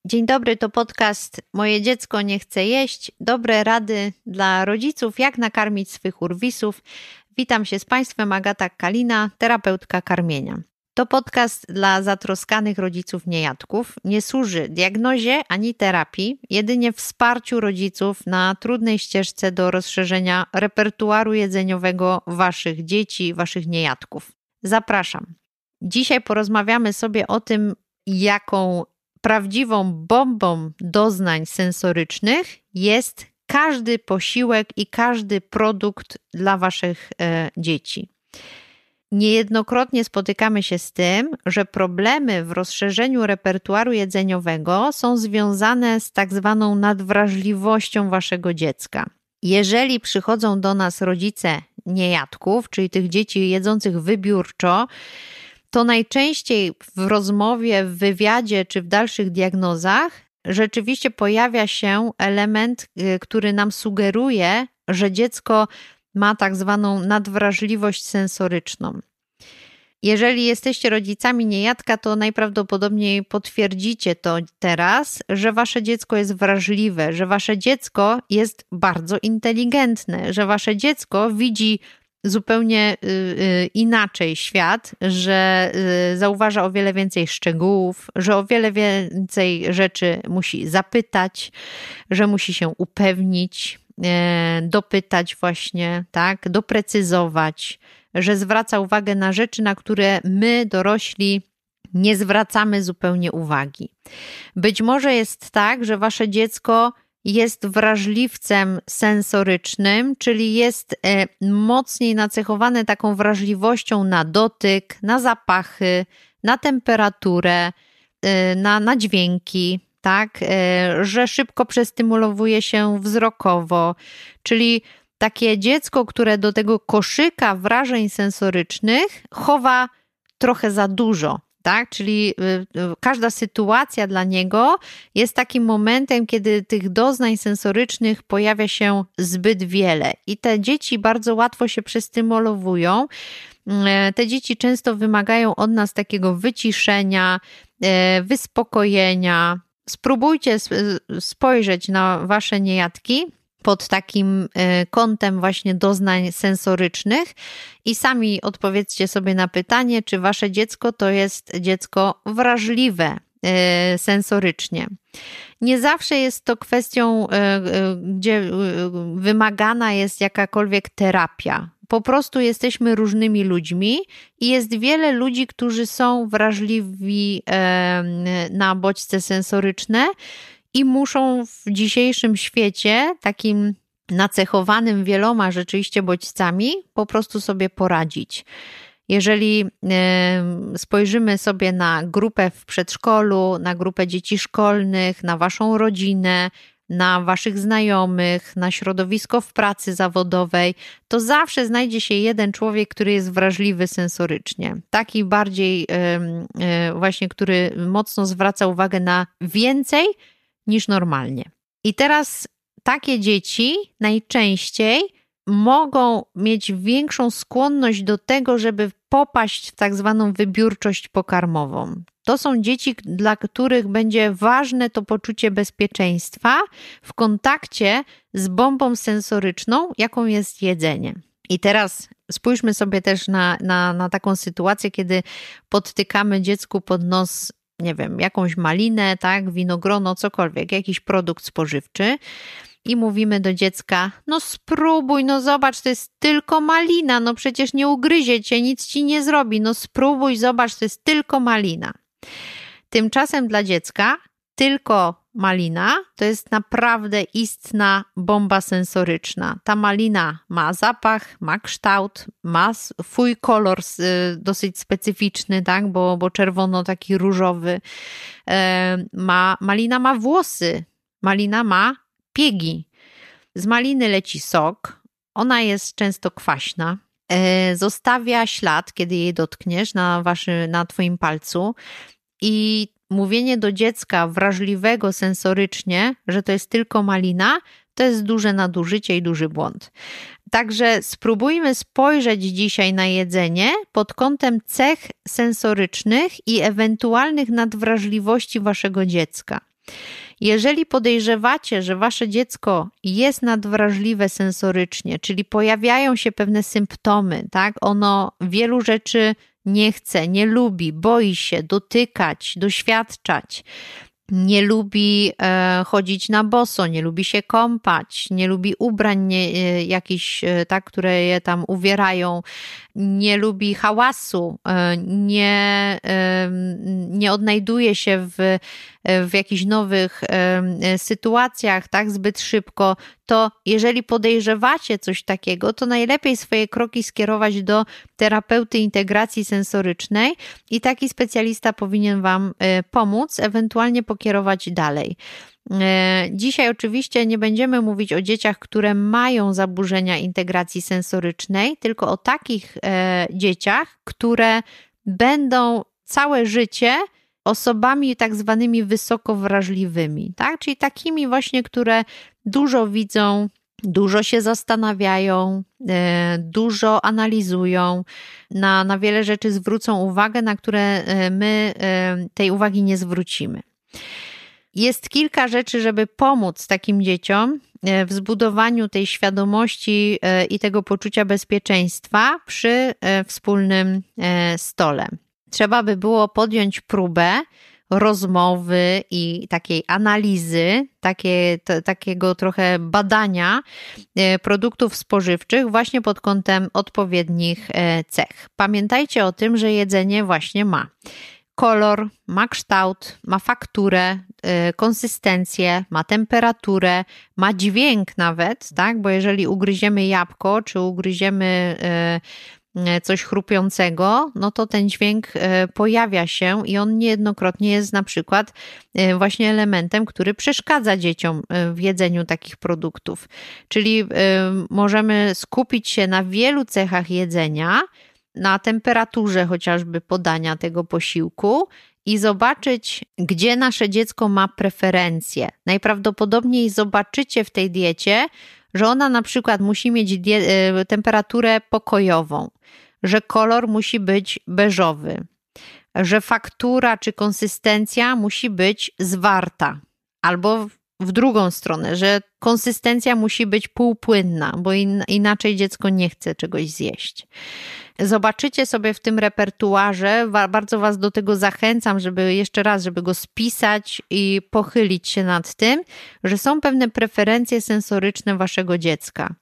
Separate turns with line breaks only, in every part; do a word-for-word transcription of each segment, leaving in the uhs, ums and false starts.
Dzień dobry, to podcast Moje dziecko nie chce jeść. Dobre rady dla rodziców, jak nakarmić swych urwisów. Witam się z Państwem, Agata Kalina, terapeutka karmienia. To podcast dla zatroskanych rodziców niejadków. Nie służy diagnozie ani terapii, jedynie wsparciu rodziców na trudnej ścieżce do rozszerzenia repertuaru jedzeniowego Waszych dzieci, Waszych niejadków. Zapraszam. Dzisiaj porozmawiamy sobie o tym, jaką prawdziwą bombą doznań sensorycznych jest każdy posiłek i każdy produkt dla Waszych e, dzieci. Niejednokrotnie spotykamy się z tym, że problemy w rozszerzeniu repertuaru jedzeniowego są związane z tak zwaną nadwrażliwością Waszego dziecka. Jeżeli przychodzą do nas rodzice niejadków, czyli tych dzieci jedzących wybiórczo, to najczęściej w rozmowie, w wywiadzie czy w dalszych diagnozach rzeczywiście pojawia się element, który nam sugeruje, że dziecko ma tak zwaną nadwrażliwość sensoryczną. Jeżeli jesteście rodzicami niejadka, to najprawdopodobniej potwierdzicie to teraz, że wasze dziecko jest wrażliwe, że wasze dziecko jest bardzo inteligentne, że wasze dziecko widzi zupełnie inaczej świat, że zauważa o wiele więcej szczegółów, że o wiele więcej rzeczy musi zapytać, że musi się upewnić, dopytać właśnie, tak, doprecyzować, że zwraca uwagę na rzeczy, na które my, dorośli, nie zwracamy zupełnie uwagi. Być może jest tak, że wasze dziecko jest wrażliwcem sensorycznym, czyli jest mocniej nacechowane taką wrażliwością na dotyk, na zapachy, na temperaturę, na, na dźwięki, tak, że szybko przestymulowuje się wzrokowo, czyli takie dziecko, które do tego koszyka wrażeń sensorycznych chowa trochę za dużo. Tak? Czyli każda sytuacja dla niego jest takim momentem, kiedy tych doznań sensorycznych pojawia się zbyt wiele i te dzieci bardzo łatwo się przestymulowują. Te dzieci często wymagają od nas takiego wyciszenia, wyspokojenia. Spróbujcie spojrzeć na wasze niejadki pod takim kątem właśnie doznań sensorycznych i sami odpowiedzcie sobie na pytanie, czy wasze dziecko to jest dziecko wrażliwe sensorycznie. Nie zawsze jest to kwestią, gdzie wymagana jest jakakolwiek terapia. Po prostu jesteśmy różnymi ludźmi i jest wiele ludzi, którzy są wrażliwi na bodźce sensoryczne i muszą w dzisiejszym świecie, takim nacechowanym wieloma rzeczywiście bodźcami, po prostu sobie poradzić. Jeżeli spojrzymy sobie na grupę w przedszkolu, na grupę dzieci szkolnych, na waszą rodzinę, na waszych znajomych, na środowisko w pracy zawodowej, to zawsze znajdzie się jeden człowiek, który jest wrażliwy sensorycznie. Taki bardziej właśnie, który mocno zwraca uwagę na więcej niż normalnie. I teraz takie dzieci najczęściej mogą mieć większą skłonność do tego, żeby popaść w tak zwaną wybiórczość pokarmową. To są dzieci, dla których będzie ważne to poczucie bezpieczeństwa w kontakcie z bombą sensoryczną, jaką jest jedzenie. I teraz spójrzmy sobie też na, na, na taką sytuację, kiedy podtykamy dziecku pod nos, nie wiem, jakąś malinę, tak, winogrono, cokolwiek, jakiś produkt spożywczy i mówimy do dziecka, no spróbuj, no zobacz, to jest tylko malina, no przecież nie ugryzie cię, nic ci nie zrobi, no spróbuj, zobacz, to jest tylko malina. Tymczasem dla dziecka tylko malina to jest naprawdę istna bomba sensoryczna. Ta malina ma zapach, ma kształt, ma swój kolor dosyć specyficzny, tak? bo, bo czerwono taki różowy. Ma, malina ma włosy, malina ma piegi. Z maliny leci sok, ona jest często kwaśna. Zostawia ślad, kiedy jej dotkniesz na, waszy, na twoim palcu i mówienie do dziecka wrażliwego sensorycznie, że to jest tylko malina, to jest duże nadużycie i duży błąd. Także spróbujmy spojrzeć dzisiaj na jedzenie pod kątem cech sensorycznych i ewentualnych nadwrażliwości waszego dziecka. Jeżeli podejrzewacie, że wasze dziecko jest nadwrażliwe sensorycznie, czyli pojawiają się pewne symptomy, tak? Ono wielu rzeczy nie chce, nie lubi, boi się dotykać, doświadczać, nie lubi e, chodzić na boso, nie lubi się kąpać, nie lubi ubrań nie, e, jakichś, e, tak, które je tam uwierają, nie lubi hałasu, e, nie, e, nie odnajduje się w, w jakichś nowych e, sytuacjach tak zbyt szybko, to jeżeli podejrzewacie coś takiego, to najlepiej swoje kroki skierować do terapeuty integracji sensorycznej i taki specjalista powinien wam e, pomóc, ewentualnie pokierować dalej. Dzisiaj oczywiście nie będziemy mówić o dzieciach, które mają zaburzenia integracji sensorycznej, tylko o takich e, dzieciach, które będą całe życie osobami tak zwanymi wysoko wrażliwymi, tak? Czyli takimi właśnie, które dużo widzą, dużo się zastanawiają, e, dużo analizują, na, na wiele rzeczy zwrócą uwagę, na które my e, tej uwagi nie zwrócimy. Jest kilka rzeczy, żeby pomóc takim dzieciom w zbudowaniu tej świadomości i tego poczucia bezpieczeństwa przy wspólnym stole. Trzeba by było podjąć próbę rozmowy i takiej analizy, takie, to, takiego trochę badania produktów spożywczych właśnie pod kątem odpowiednich cech. Pamiętajcie o tym, że jedzenie właśnie ma kolor, ma kształt, ma fakturę, konsystencję, ma temperaturę, ma dźwięk nawet, tak? Bo jeżeli ugryziemy jabłko, czy ugryziemy coś chrupiącego, no to ten dźwięk pojawia się i on niejednokrotnie jest na przykład właśnie elementem, który przeszkadza dzieciom w jedzeniu takich produktów. Czyli możemy skupić się na wielu cechach jedzenia, na temperaturze chociażby podania tego posiłku i zobaczyć, gdzie nasze dziecko ma preferencje. Najprawdopodobniej zobaczycie w tej diecie, że ona na przykład musi mieć die- temperaturę pokojową, że kolor musi być beżowy, że faktura czy konsystencja musi być zwarta, albo w drugą stronę, że konsystencja musi być półpłynna, bo in- inaczej dziecko nie chce czegoś zjeść. Zobaczycie sobie w tym repertuarze, bardzo was do tego zachęcam, żeby jeszcze raz, żeby go spisać i pochylić się nad tym, że są pewne preferencje sensoryczne waszego dziecka.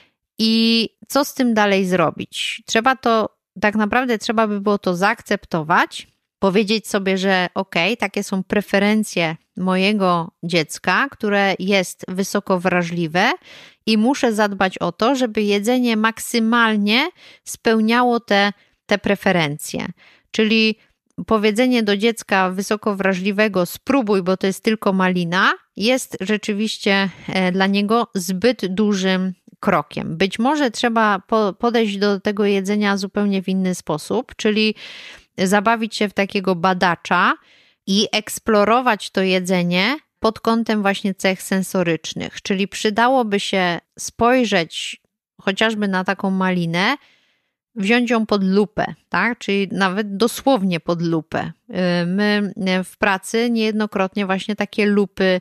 I co z tym dalej zrobić? Trzeba to, tak naprawdę trzeba by było to zaakceptować, powiedzieć sobie, że okej, takie są preferencje mojego dziecka, które jest wysoko wrażliwe i muszę zadbać o to, żeby jedzenie maksymalnie spełniało te, te preferencje. Czyli powiedzenie do dziecka wysoko wrażliwego spróbuj, bo to jest tylko malina, jest rzeczywiście dla niego zbyt dużym krokiem. Być może trzeba podejść do tego jedzenia zupełnie w inny sposób, czyli zabawić się w takiego badacza i eksplorować to jedzenie pod kątem właśnie cech sensorycznych. Czyli przydałoby się spojrzeć chociażby na taką malinę, wziąć ją pod lupę, tak? Czyli nawet dosłownie pod lupę. My w pracy niejednokrotnie właśnie takie lupy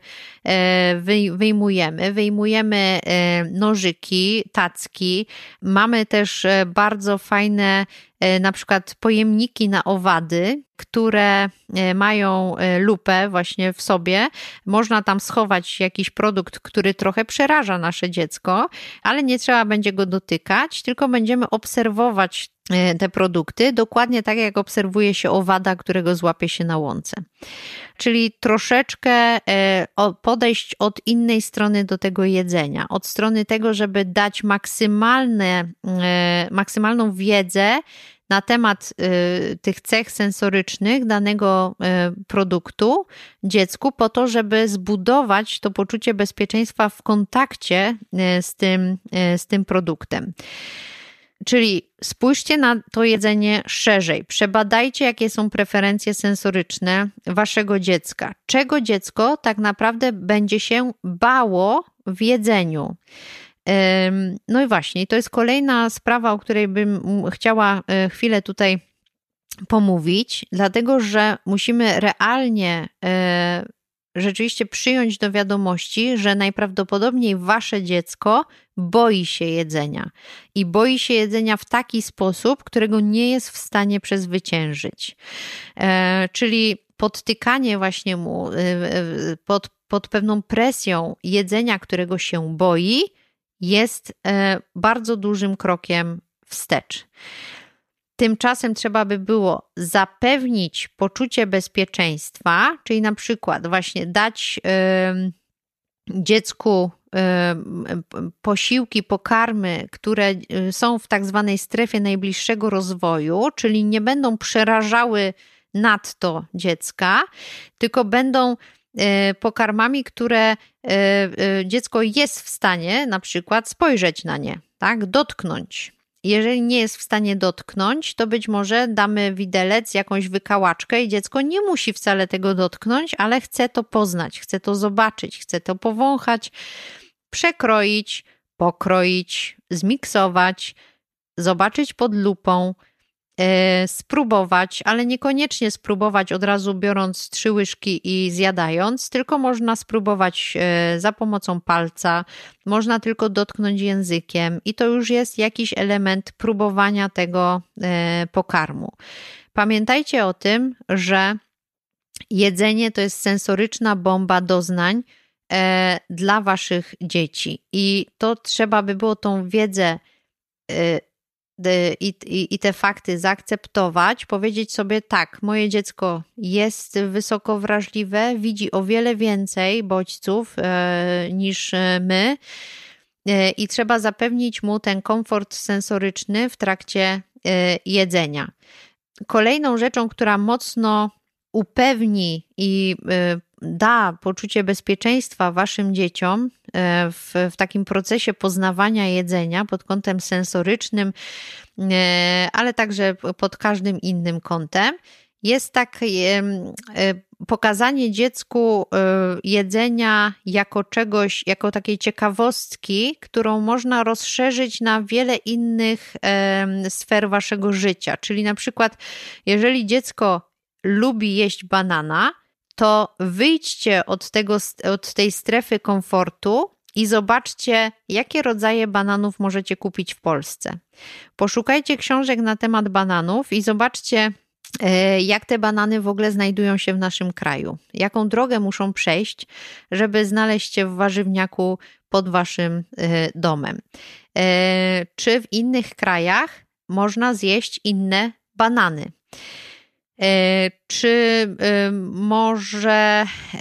wyjmujemy. Wyjmujemy nożyki, tacki. Mamy też bardzo fajne na przykład pojemniki na owady, które mają lupę właśnie w sobie. Można tam schować jakiś produkt, który trochę przeraża nasze dziecko, ale nie trzeba będzie go dotykać, tylko będziemy obserwować te produkty, dokładnie tak jak obserwuje się owada, którego złapie się na łące. Czyli troszeczkę podejść od innej strony do tego jedzenia, od strony tego, żeby dać maksymalne, maksymalną wiedzę na temat tych cech sensorycznych danego produktu dziecku po to, żeby zbudować to poczucie bezpieczeństwa w kontakcie z tym, z tym produktem. Czyli spójrzcie na to jedzenie szerzej, przebadajcie, jakie są preferencje sensoryczne waszego dziecka. Czego dziecko tak naprawdę będzie się bało w jedzeniu. No i właśnie, to jest kolejna sprawa, o której bym chciała chwilę tutaj pomówić, dlatego że musimy realnie rzeczywiście przyjąć do wiadomości, że najprawdopodobniej wasze dziecko boi się jedzenia i boi się jedzenia w taki sposób, którego nie jest w stanie przezwyciężyć. E, czyli podtykanie właśnie mu e, pod, pod pewną presją jedzenia, którego się boi, jest e, bardzo dużym krokiem wstecz. Tymczasem trzeba by było zapewnić poczucie bezpieczeństwa, czyli na przykład właśnie dać y, dziecku y, posiłki, pokarmy, które są w tak zwanej strefie najbliższego rozwoju, czyli nie będą przerażały nadto dziecka, tylko będą y, pokarmami, które y, y, dziecko jest w stanie na przykład spojrzeć na nie, tak, dotknąć. Jeżeli nie jest w stanie dotknąć, to być może damy widelec, jakąś wykałaczkę i dziecko nie musi wcale tego dotknąć, ale chce to poznać, chce to zobaczyć, chce to powąchać, przekroić, pokroić, zmiksować, zobaczyć pod lupą, yy, spróbować, ale niekoniecznie spróbować od razu biorąc trzy łyżki i zjadając, tylko można spróbować yy, za pomocą palca, można tylko dotknąć językiem i to już jest jakiś element próbowania tego yy, pokarmu. Pamiętajcie o tym, że jedzenie to jest sensoryczna bomba doznań yy, dla waszych dzieci i to trzeba by było tą wiedzę yy, I, i, i te fakty zaakceptować, powiedzieć sobie tak, moje dziecko jest wysoko wrażliwe, widzi o wiele więcej bodźców e, niż my e, i trzeba zapewnić mu ten komfort sensoryczny w trakcie e, jedzenia. Kolejną rzeczą, która mocno upewni i e, da poczucie bezpieczeństwa waszym dzieciom w, w takim procesie poznawania jedzenia pod kątem sensorycznym, ale także pod każdym innym kątem, jest tak pokazanie dziecku jedzenia jako czegoś, jako takiej ciekawostki, którą można rozszerzyć na wiele innych sfer waszego życia. Czyli na przykład, jeżeli dziecko lubi jeść banana, to wyjdźcie od, tego, od tej strefy komfortu i zobaczcie, jakie rodzaje bananów możecie kupić w Polsce. Poszukajcie książek na temat bananów i zobaczcie, jak te banany w ogóle znajdują się w naszym kraju. Jaką drogę muszą przejść, żeby znaleźć się w warzywniaku pod waszym domem. Czy w innych krajach można zjeść inne banany? Czy może,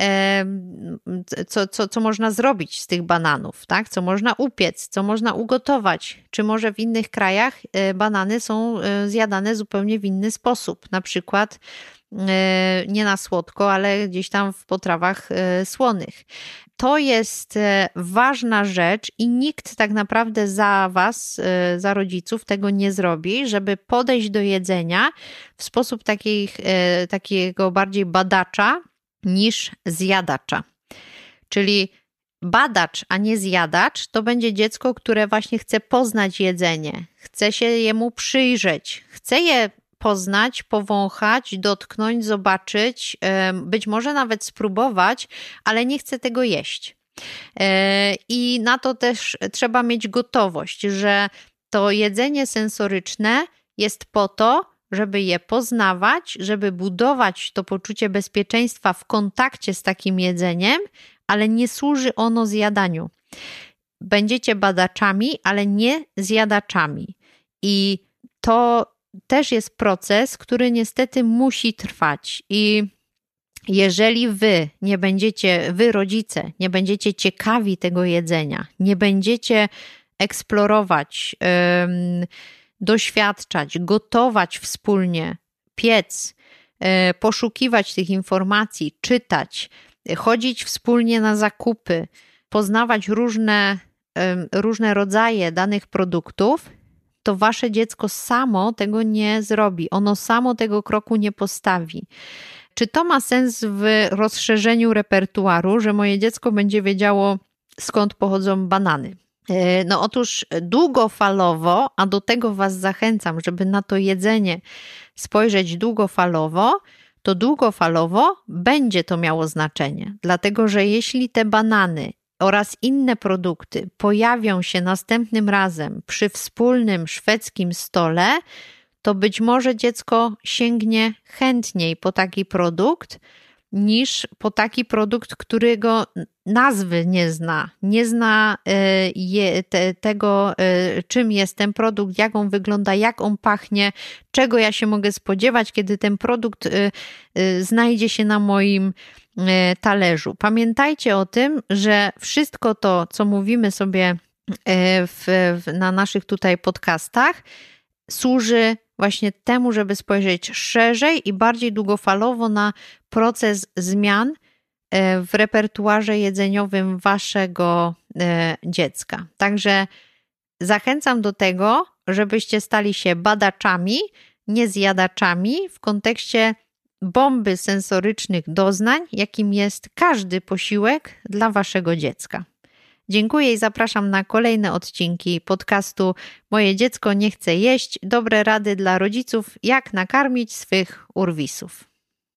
co, co, co można zrobić z tych bananów, tak? Co można upiec, co można ugotować, czy może w innych krajach banany są zjadane zupełnie w inny sposób, na przykład nie na słodko, ale gdzieś tam w potrawach słonych. To jest ważna rzecz i nikt tak naprawdę za was, za rodziców tego nie zrobi, żeby podejść do jedzenia w sposób takich, takiego bardziej badacza niż zjadacza. Czyli badacz, a nie zjadacz, to będzie dziecko, które właśnie chce poznać jedzenie, chce się jemu przyjrzeć, chce je poznać, powąchać, dotknąć, zobaczyć, być może nawet spróbować, ale nie chce tego jeść. I na to też trzeba mieć gotowość, że to jedzenie sensoryczne jest po to, żeby je poznawać, żeby budować to poczucie bezpieczeństwa w kontakcie z takim jedzeniem, ale nie służy ono zjadaniu. Będziecie badaczami, ale nie zjadaczami. I to też jest proces, który niestety musi trwać i jeżeli wy nie będziecie, wy rodzice, nie będziecie ciekawi tego jedzenia, nie będziecie eksplorować, ym, doświadczać, gotować wspólnie, piec, y, poszukiwać tych informacji, czytać, chodzić wspólnie na zakupy, poznawać różne, ym, różne rodzaje danych produktów, to wasze dziecko samo tego nie zrobi. Ono samo tego kroku nie postawi. Czy to ma sens w rozszerzeniu repertuaru, że moje dziecko będzie wiedziało, skąd pochodzą banany? No otóż długofalowo, a do tego was zachęcam, żeby na to jedzenie spojrzeć długofalowo, to długofalowo będzie to miało znaczenie, dlatego że jeśli te banany oraz inne produkty pojawią się następnym razem przy wspólnym szwedzkim stole, to być może dziecko sięgnie chętniej po taki produkt niż po taki produkt, którego nazwy nie zna. Nie zna je, te, tego, czym jest ten produkt, jak on wygląda, jak on pachnie, czego ja się mogę spodziewać, kiedy ten produkt znajdzie się na moim talerzu. Pamiętajcie o tym, że wszystko to, co mówimy sobie w, w, na naszych tutaj podcastach, służy właśnie temu, żeby spojrzeć szerzej i bardziej długofalowo na proces zmian w repertuarze jedzeniowym waszego dziecka. Także zachęcam do tego, żebyście stali się badaczami, nie zjadaczami w kontekście bomby sensorycznych doznań, jakim jest każdy posiłek dla waszego dziecka. Dziękuję i zapraszam na kolejne odcinki podcastu Moje dziecko nie chce jeść. Dobre rady dla rodziców, jak nakarmić swych urwisów.